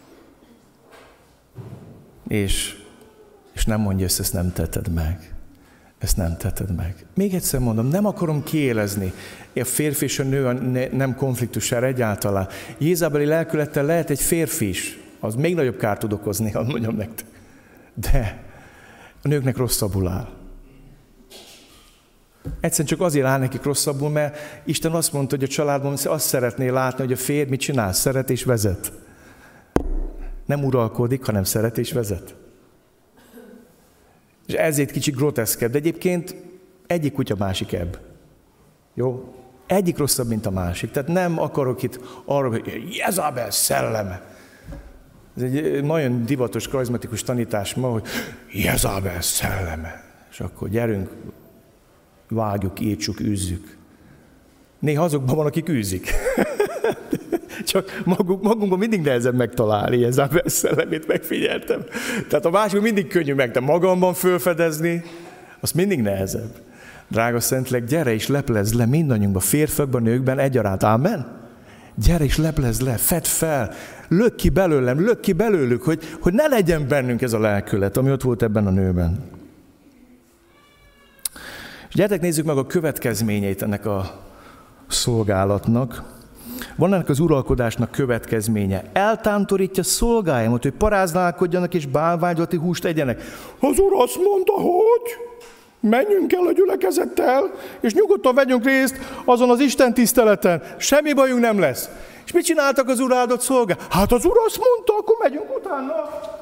és, és nem mondja, ezt, ezt nem tetted meg. Ezt nem tetted meg. Még egyszer mondom, nem akarom kiélezni. A férfi és a nő nem konfliktusára egyáltalán. Jézabeli lelkülettel lehet egy férfi is. Az még nagyobb kárt tud okozni, ha mondjam nektek. De a nőknek rosszabbul áll. Egyszerűen csak azért áll nekik rosszabbul, mert Isten azt mondta, hogy a családban azt szeretné látni, hogy a férj mit csinál, szeret és vezet. Nem uralkodik, hanem szeret és vezet. És ezért kicsit groteszkebb, de egyébként egyik kutya másik ebb. Jó? Egyik rosszabb, mint a másik. Tehát nem akarok itt arra, hogy Jézabel szelleme. Ez egy nagyon divatos, karizmatikus tanítás ma, hogy Jézabel szelleme. És akkor gyerünk, vágjuk, írtsuk, űzzük. Néha azokban van, akik űzik. Csak magunk, magunkban mindig nehezebb megtalálni Jézabel szellemét, megfigyeltem. Tehát a másikban mindig könnyű meg, de magamban fölfedezni, az mindig nehezebb. Drága Szentlélek, gyere és leplezd le mindannyiunkban, férfiakban, nőkben egyaránt. Ámen? Gyere és leplezd le, fedd fel, lök ki belőlem, lök ki belőlük, hogy, hogy ne legyen bennünk ez a lelkület, ami ott volt ebben a nőben. És gyertek, nézzük meg a következményeit ennek a szolgálatnak. Van ennek az uralkodásnak következménye. Eltántorítja szolgáimat, hogy paráználkodjanak és bálványolati húst egyenek. Az Úr azt mondta, hogy menjünk el a gyülekezettel, és nyugodtan vegyünk részt azon az Isten tiszteleten. Semmi bajunk nem lesz. És mit csináltak az Úr áldott szolgák? Hát az Úr azt mondta, akkor megyünk utána.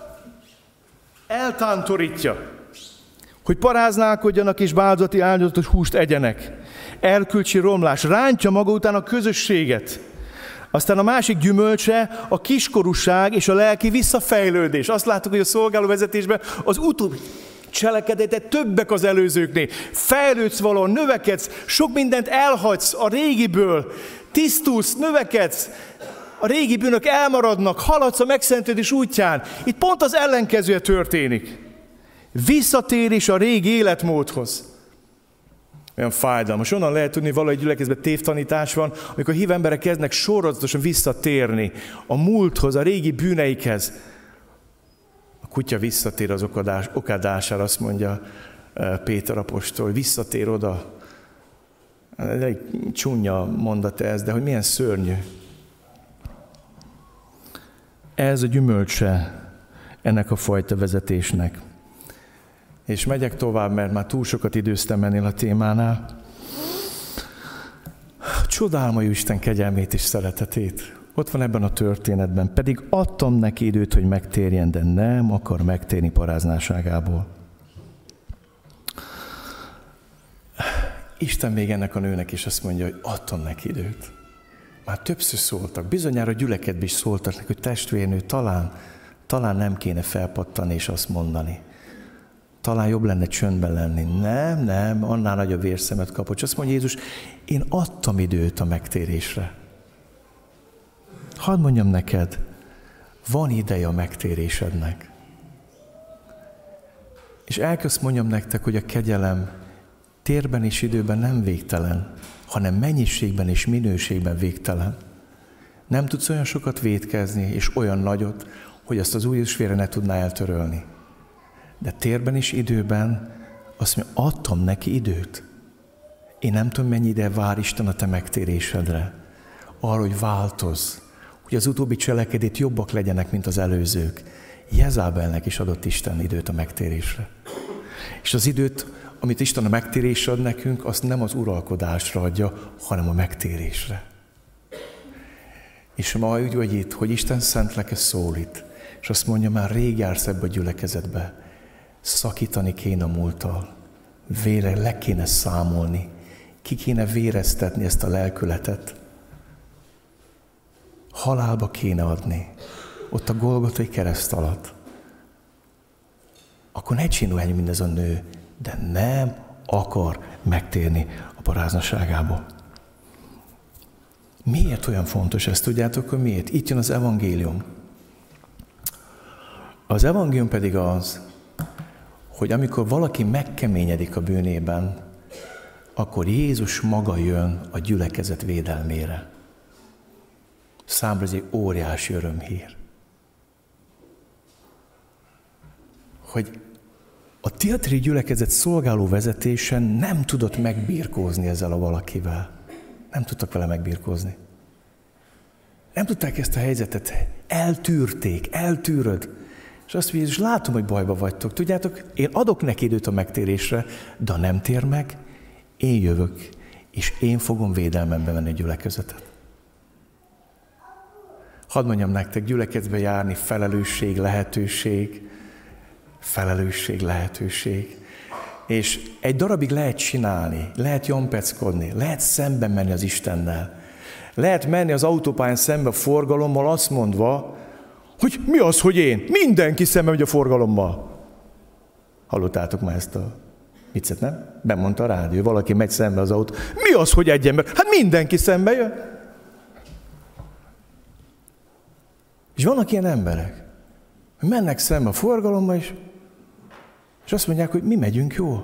Eltántorítja, hogy paráználkodjanak és bálványolati áldozatos húst egyenek. Erkölcsi romlás, rántja maga után a közösséget. Aztán a másik gyümölcse a kiskorúság és a lelki visszafejlődés. Azt láttuk, hogy a szolgálóvezetésben az utóbbi cselekedetet többek az előzőknél. Fejlődsz valahol, növekedsz, sok mindent elhagysz a régiből, tisztulsz, növekedsz, a régi bűnök elmaradnak, haladsz a megszentődés útján. Itt pont az ellenkezője történik. Visszatérés a régi életmódhoz. Olyan fájdalmas. Onnan lehet tudni, hogy valahogy gyülekezetben tévtanítás van, amikor a hív emberek kezdnek sorozatosan visszatérni a múlthoz, a régi bűneikhez. A kutya visszatér az okadás, okadására, azt mondja Péter apostol, visszatér oda. Egy csúnya mondat ez, de hogy milyen szörnyű. Ez a gyümölcse ennek a fajta vezetésnek. És megyek tovább, mert már túl sokat időztem ennél a témánál. Csodálom a Isten kegyelmét és szeretetét. Ott van ebben a történetben. Pedig adtam neki időt, hogy megtérjen, de nem akar megtérni paráznáságából. Isten még ennek a nőnek is azt mondja, hogy adtam neki időt. Már többször szóltak. Bizonyára gyülekedben is szóltak neki, hogy testvérnő, talán, talán nem kéne felpattani és azt mondani. Talán jobb lenne csöndben lenni. Nem, nem, annál nagyobb vérszemet kapott. És azt mondja Jézus, én adtam időt a megtérésre. Hadd mondjam neked, van ideje a megtérésednek. És elkezd mondjam nektek, hogy a kegyelem térben és időben nem végtelen, hanem mennyiségben és minőségben végtelen. Nem tudsz olyan sokat vétkezni, és olyan nagyot, hogy azt az új Jézus ne tudná eltörölni. De térben és időben azt mondja, adtam neki időt. Én nem tudom, mennyi ide vár Isten a te megtérésedre. Arra, hogy változz, hogy az utóbbi cselekedét jobbak legyenek, mint az előzők. Jezabelnek is adott Isten időt a megtérésre. És az időt, amit Isten a megtérésre ad nekünk, azt nem az uralkodásra adja, hanem a megtérésre. És ma úgy vagy itt, hogy Isten szent lelke szólít, és azt mondja, már rég jársz ebbe a gyülekezetbe, szakítani kéne a múlttal, vére le kéne számolni, ki kéne véreztetni ezt a lelkületet, halálba kéne adni, ott a Golgotai kereszt alatt. Akkor ne csinálj mindez a nő, de nem akar megtérni a paráznaságából. Miért olyan fontos ez? Tudjátok, hogy miért? Itt jön az evangélium. Az evangélium pedig az, hogy amikor valaki megkeményedik a bűnében, akkor Jézus maga jön a gyülekezet védelmére. Számra ez egy óriási örömhír. Hogy a tiatiri gyülekezet szolgáló vezetésen nem tudott megbirkózni ezzel a valakivel. Nem tudtak vele megbirkózni. Nem tudták ezt a helyzetet. Eltűrték, eltűröd. És azt mondja, Jézus, látom, hogy bajba vagytok. Tudjátok, én adok neki időt a megtérésre, de ha nem tér meg, én jövök, és én fogom védelmembe venni a gyülekezetet. Hadd mondjam nektek, gyülekezetbe járni felelősség, lehetőség, felelősség, lehetőség. És egy darabig lehet csinálni, lehet jompeckodni, lehet szemben menni az Istennel. Lehet menni az autópályán szembe a forgalommal, azt mondva, hogy mi az, hogy én? Mindenki szembe megy a forgalommal. Hallottátok már ezt a viccet, nem? Bemondta a rádió, valaki megy szembe az autó. Mi az, hogy egy ember? Hát mindenki szembe jön. És vannak ilyen emberek, hogy mennek szembe a forgalommal, és, és azt mondják, hogy mi megyünk jól.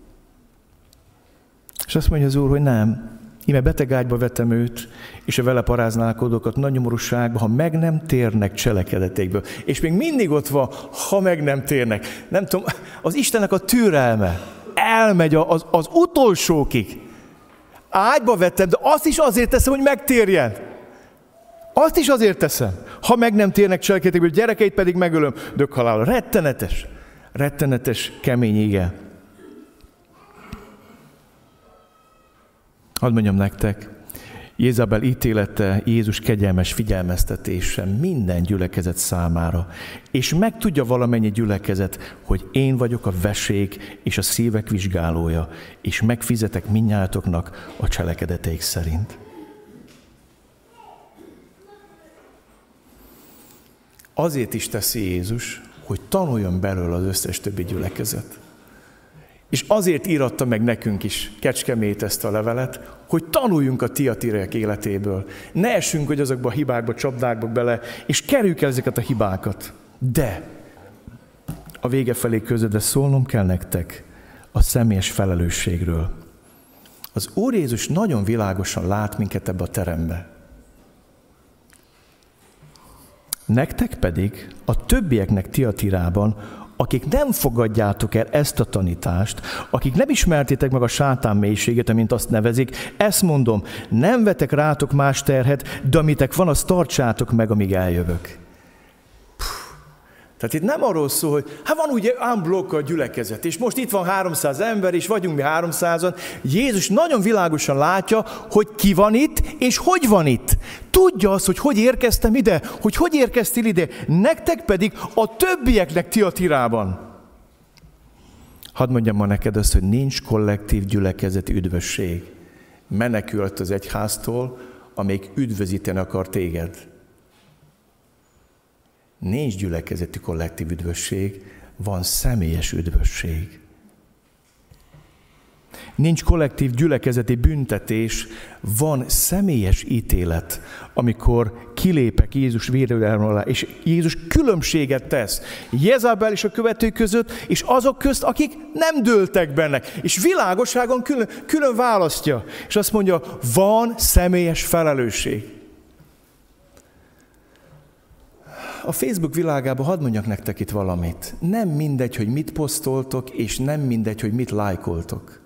És azt mondja az Úr, hogy nem. Íme betegágyba vettem őt, és a vele paráználkodókat nagy nyomorúságba, ha meg nem térnek cselekedetékből. És még mindig ott van, ha meg nem térnek. Nem tudom, az Istennek a türelme elmegy az, az utolsókig. Ágyba vettem, de azt is azért teszem, hogy megtérjen. Azt is azért teszem. Ha meg nem térnek cselekedetékből, gyerekeit pedig megölöm, döghalálra. Rettenetes, rettenetes, kemény ige. Hadd mondjam nektek, Jézabel ítélete, Jézus kegyelmes figyelmeztetése minden gyülekezet számára. És megtudja valamennyi gyülekezet, hogy én vagyok a vesék és a szívek vizsgálója, és megfizetek mindnyájatoknak a cselekedeteik szerint. Azért is teszi Jézus, hogy tanuljon belőle az összes többi gyülekezet. És azért íratta meg nekünk is Kecskemét ezt a levelet, hogy tanuljunk a tiatiriek életéből. Ne essünk, hogy azokba a hibákba, csapdákba bele, és kerüljük el ezeket a hibákat. De a vége felé közödre szólnom kell nektek a személyes felelősségről. Az Úr Jézus nagyon világosan lát minket ebbe a terembe. Nektek pedig, a többieknek Tiatirában, akik nem fogadjátok el ezt a tanítást, akik nem ismertétek meg a sátán mélységét, amint azt nevezik, ezt mondom, nem vetek rátok más terhet, de amitek van, azt tartsátok meg, amíg eljövök. Puh. Tehát itt nem arról szól, hogy hát van ugye unblock a gyülekezet, és most itt van háromszáz ember, és vagyunk mi háromszázan. Jézus nagyon világosan látja, hogy ki van itt, és hogy van itt. Tudja azt, hogy hogy érkeztem ide, hogy hogy érkeztél ide, nektek pedig a többieknek Tiatirában. Hadd mondjam ma neked azt, hogy nincs kollektív gyülekezeti üdvösség. Menekült az egyháztól, amelyik üdvözíteni akar téged. Nincs gyülekezeti kollektív üdvösség, van személyes üdvösség. Nincs kollektív gyülekezeti büntetés, van személyes ítélet, amikor kilépek Jézus védelme alá, és Jézus különbséget tesz Jézabel és a követői között, és azok közt, akik nem dőltek benne, és világosságon külön, külön választja, és azt mondja, van személyes felelősség. A Facebook világában hadd mondjak nektek itt valamit. Nem mindegy, hogy mit posztoltok, és nem mindegy, hogy mit lájkoltok.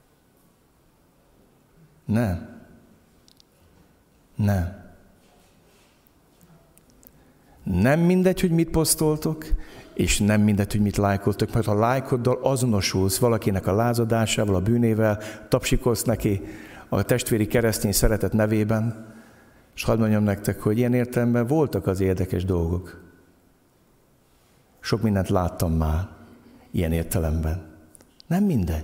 Nem. Nem. Nem mindegy, hogy mit posztoltok, és nem mindegy, hogy mit lájkoltok, mert ha lájkoddal azonosulsz valakinek a lázadásával, a bűnével, tapsikolsz neki a testvéri keresztény szeretet nevében, és hadd mondjam nektek, hogy ilyen értelemben voltak az érdekes dolgok. Sok mindent láttam már ilyen értelemben. Nem mindegy.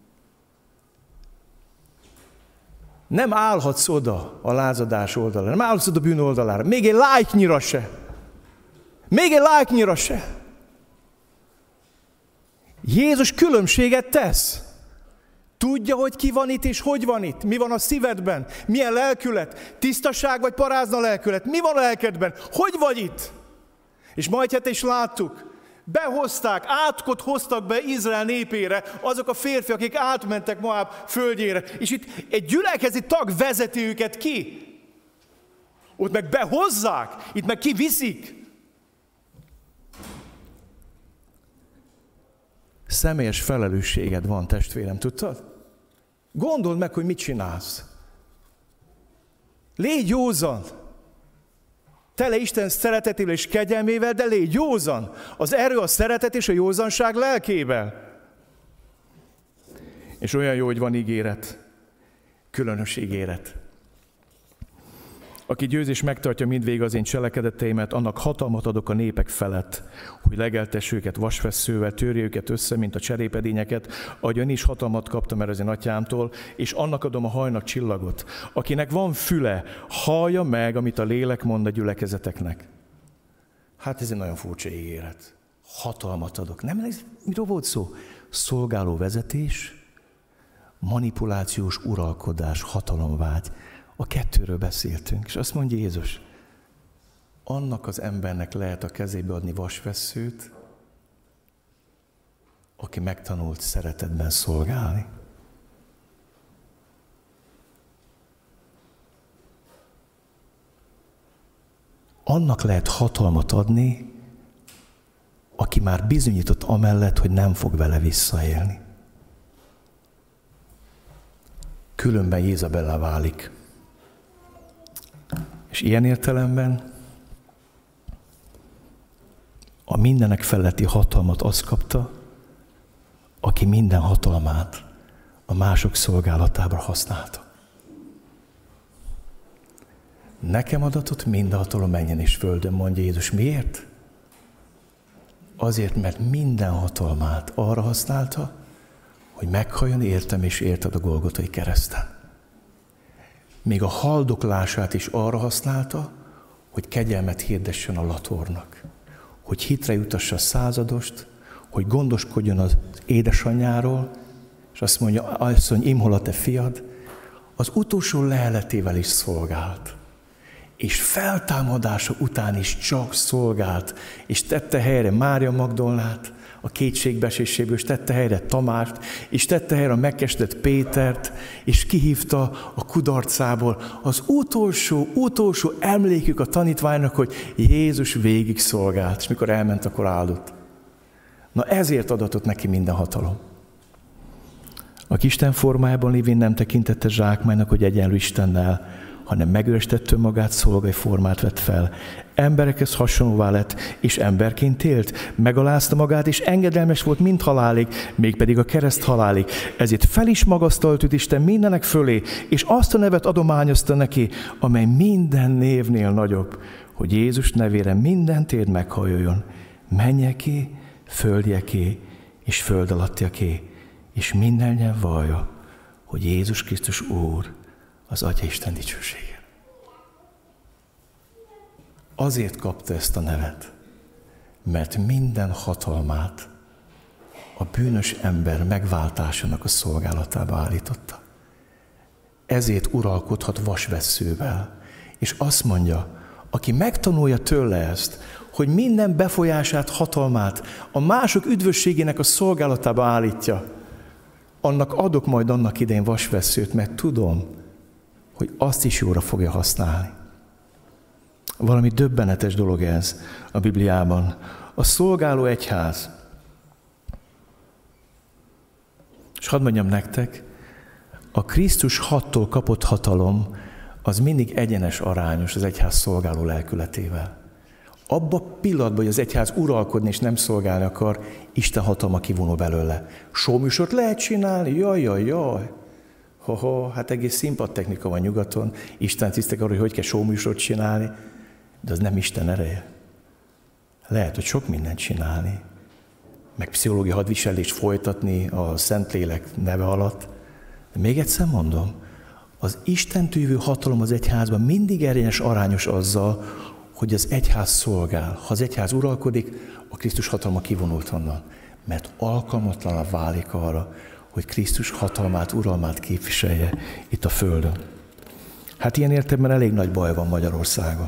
Nem állhatsz oda a lázadás oldalára, nem állhatsz oda a bűn oldalára, még egy lájknyira se. Még egy lájknyira se. Jézus különbséget tesz. Tudja, hogy ki van itt és hogy van itt. Mi van a szívedben? Milyen lelkület? Tisztaság vagy parázna lelkület? Mi van a lelkedben? Hogy vagy itt? És majd hát is láttuk. Behozták, átkot hoztak be Izrael népére azok a férfiak, akik átmentek Moab földjére. És itt egy gyülekezeti tag vezeti őket ki. Ott meg behozzák, itt meg kiviszik. Személyes felelősséged van, testvérem, tudtad? Gondold meg, hogy mit csinálsz. Légy józan. Tele Isten szeretetével és kegyelmével, de légy józan. Az erő, a szeretet és a józanság lelkével. És olyan jó, hogy van ígéret. Különös ígéret. Aki győz és megtartja mindvégig az én cselekedeteimet, annak hatalmat adok a népek felett, hogy legeltess őket vasvesszővel, törje őket össze, mint a cserépedényeket, ahogy én is hatalmat kaptam el az én atyámtól, és annak adom a hajnak csillagot. Akinek van füle, hallja meg, amit a lélek mond a gyülekezeteknek. Hát ez egy nagyon furcsa ígéret. Hatalmat adok. Nem, ez miről volt szó? Szolgáló vezetés, manipulációs uralkodás, hatalomvágy. A kettőről beszéltünk, és azt mondja Jézus, annak az embernek lehet a kezébe adni vasvesszőt, aki megtanult szeretetben szolgálni. Annak lehet hatalmat adni, aki már bizonyított amellett, hogy nem fog vele visszaélni. Különben Jézabellá válik. És ilyen értelemben a mindenek feletti hatalmat azt kapta, aki minden hatalmát a mások szolgálatára használta. Nekem adatott minden hatalom menjen és földön, mondja Jézus. Miért? Azért, mert minden hatalmát arra használta, hogy meghalljon értem és érted a Golgotai kereszten. Még a haldoklását is arra használta, hogy kegyelmet hirdessen a latornak, hogy hitre jutassa a századost, hogy gondoskodjon az édesanyjáról, és azt mondja, asszony, imhol a te fiad, az utolsó leheletével is szolgált, és feltámadása után is csak szolgált, és tette helyre Mária Magdolnát, a kétségbeeséséből, és tette helyre Tamást, és tette helyre a megkesedett Pétert, és kihívta a kudarcából az utolsó, utolsó emlékük a tanítványnak, hogy Jézus végig szolgált, és mikor elment, akkor áldott. Na ezért adatott neki minden hatalom. Aki Isten formájában lévén nem tekintette zsákmánynak, hogy egyenlő Istennel, hanem megörestette magát, szolgai formát vett fel. Emberekhez hasonlóvá lett, és emberként élt. Megalázta magát, és engedelmes volt mind halálig, mégpedig a kereszt halálig. Ezért fel is magasztalt őt Isten mindenek fölé, és azt a nevet adományozta neki, amely minden névnél nagyobb, hogy Jézus nevére minden térd meghajoljon. Mennyeké, földjeké, és föld alattiaké, és minden nyelv vallja, hogy Jézus Krisztus Úr, az Atya Isten dicsősége. Azért kapta ezt a nevet, mert minden hatalmát a bűnös ember megváltásának a szolgálatába állította. Ezért uralkodhat vasvesszővel, és azt mondja, aki megtanulja tőle ezt, hogy minden befolyását, hatalmát a mások üdvösségének a szolgálatába állítja, annak adok majd annak idején vasvesszőt, mert tudom, hogy azt is jóra fogja használni. Valami döbbenetes dolog ez a Bibliában. A szolgáló egyház. És hadd mondjam nektek, a Krisztus hattól kapott hatalom az mindig egyenes arányos az egyház szolgáló lelkületével. Abba a pillanatban, hogy az egyház uralkodni és nem szolgálni akar, Isten hatalma kivonul belőle. Showműsort lehet csinálni? Jaj, jaj, jaj. Ha-ha, hát egész színpadtechnika van nyugaton. Isten tisztek arra, hogy hogy kell showműsort csinálni, de az nem Isten ereje. Lehet, hogy sok mindent csinálni. Meg pszichológiai hadviselést folytatni a Szentlélek neve alatt. De még egyszer mondom, az Isten tűvő hatalom az egyházban mindig erényes, arányos azzal, hogy az egyház szolgál. Ha az egyház uralkodik, a Krisztus hatalma kivonult onnan. Mert alkalmatlanul válik arra, hogy Krisztus hatalmát, uralmát képviselje itt a földön. Hát ilyen értelemben elég nagy baj van Magyarországon.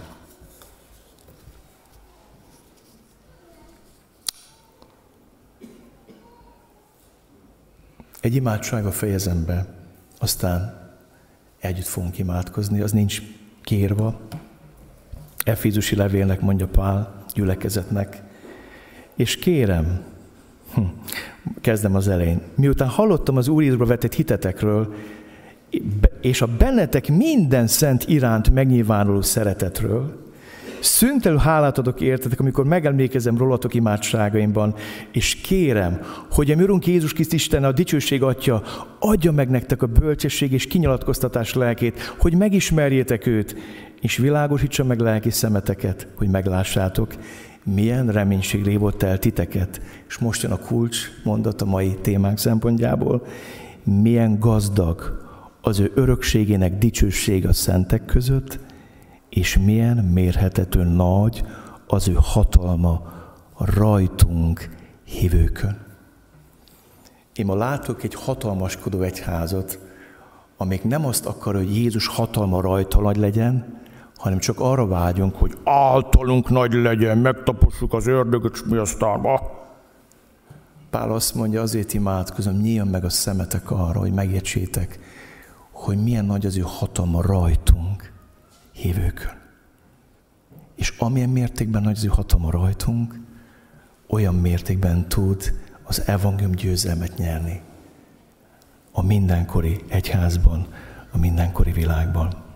Egy imádságba fejezem be, aztán együtt fogunk imádkozni, az nincs kiírva. Efézusi levélnek mondja Pál gyülekezetnek. És kérem, hm, kezdem az elején, miután hallottam az Úr Jézusba vetett hitetekről, és a bennetek minden szent iránt megnyilvánuló szeretetről, szüntelenül hálát adok értetek, amikor megemlékezem rólatok imádságaimban, és kérem, hogy a mi Urunk Jézus Krisztus Isten, a dicsőség Atya, adja meg nektek a bölcsesség és kinyilatkoztatás lelkét, hogy megismerjétek őt, és világosítsa meg lelki szemeteket, hogy meglássátok, milyen reménység révott el titeket. És most jön a kulcs mondat a mai témánk szempontjából. Milyen gazdag az ő örökségének dicsőség a szentek között, és milyen mérhetetlen nagy az ő hatalma rajtunk hívőkön. Én ma látok egy hatalmaskodó egyházat, amelyik nem azt akar, hogy Jézus hatalma rajta nagy legyen, hanem csak arra vágyunk, hogy általunk nagy legyen, megtapossuk az ördögöt, és mi aztán ma. Pál azt mondja, azért imádkozom, nyíljon meg a szemetek arra, hogy megértsétek, hogy milyen nagy az ő hatalma rajtunk, hívőkön. És amilyen mértékben nagy az ő hatalma rajtunk, olyan mértékben tud az evangélium győzelmet nyerni a mindenkori egyházban, a mindenkori világban.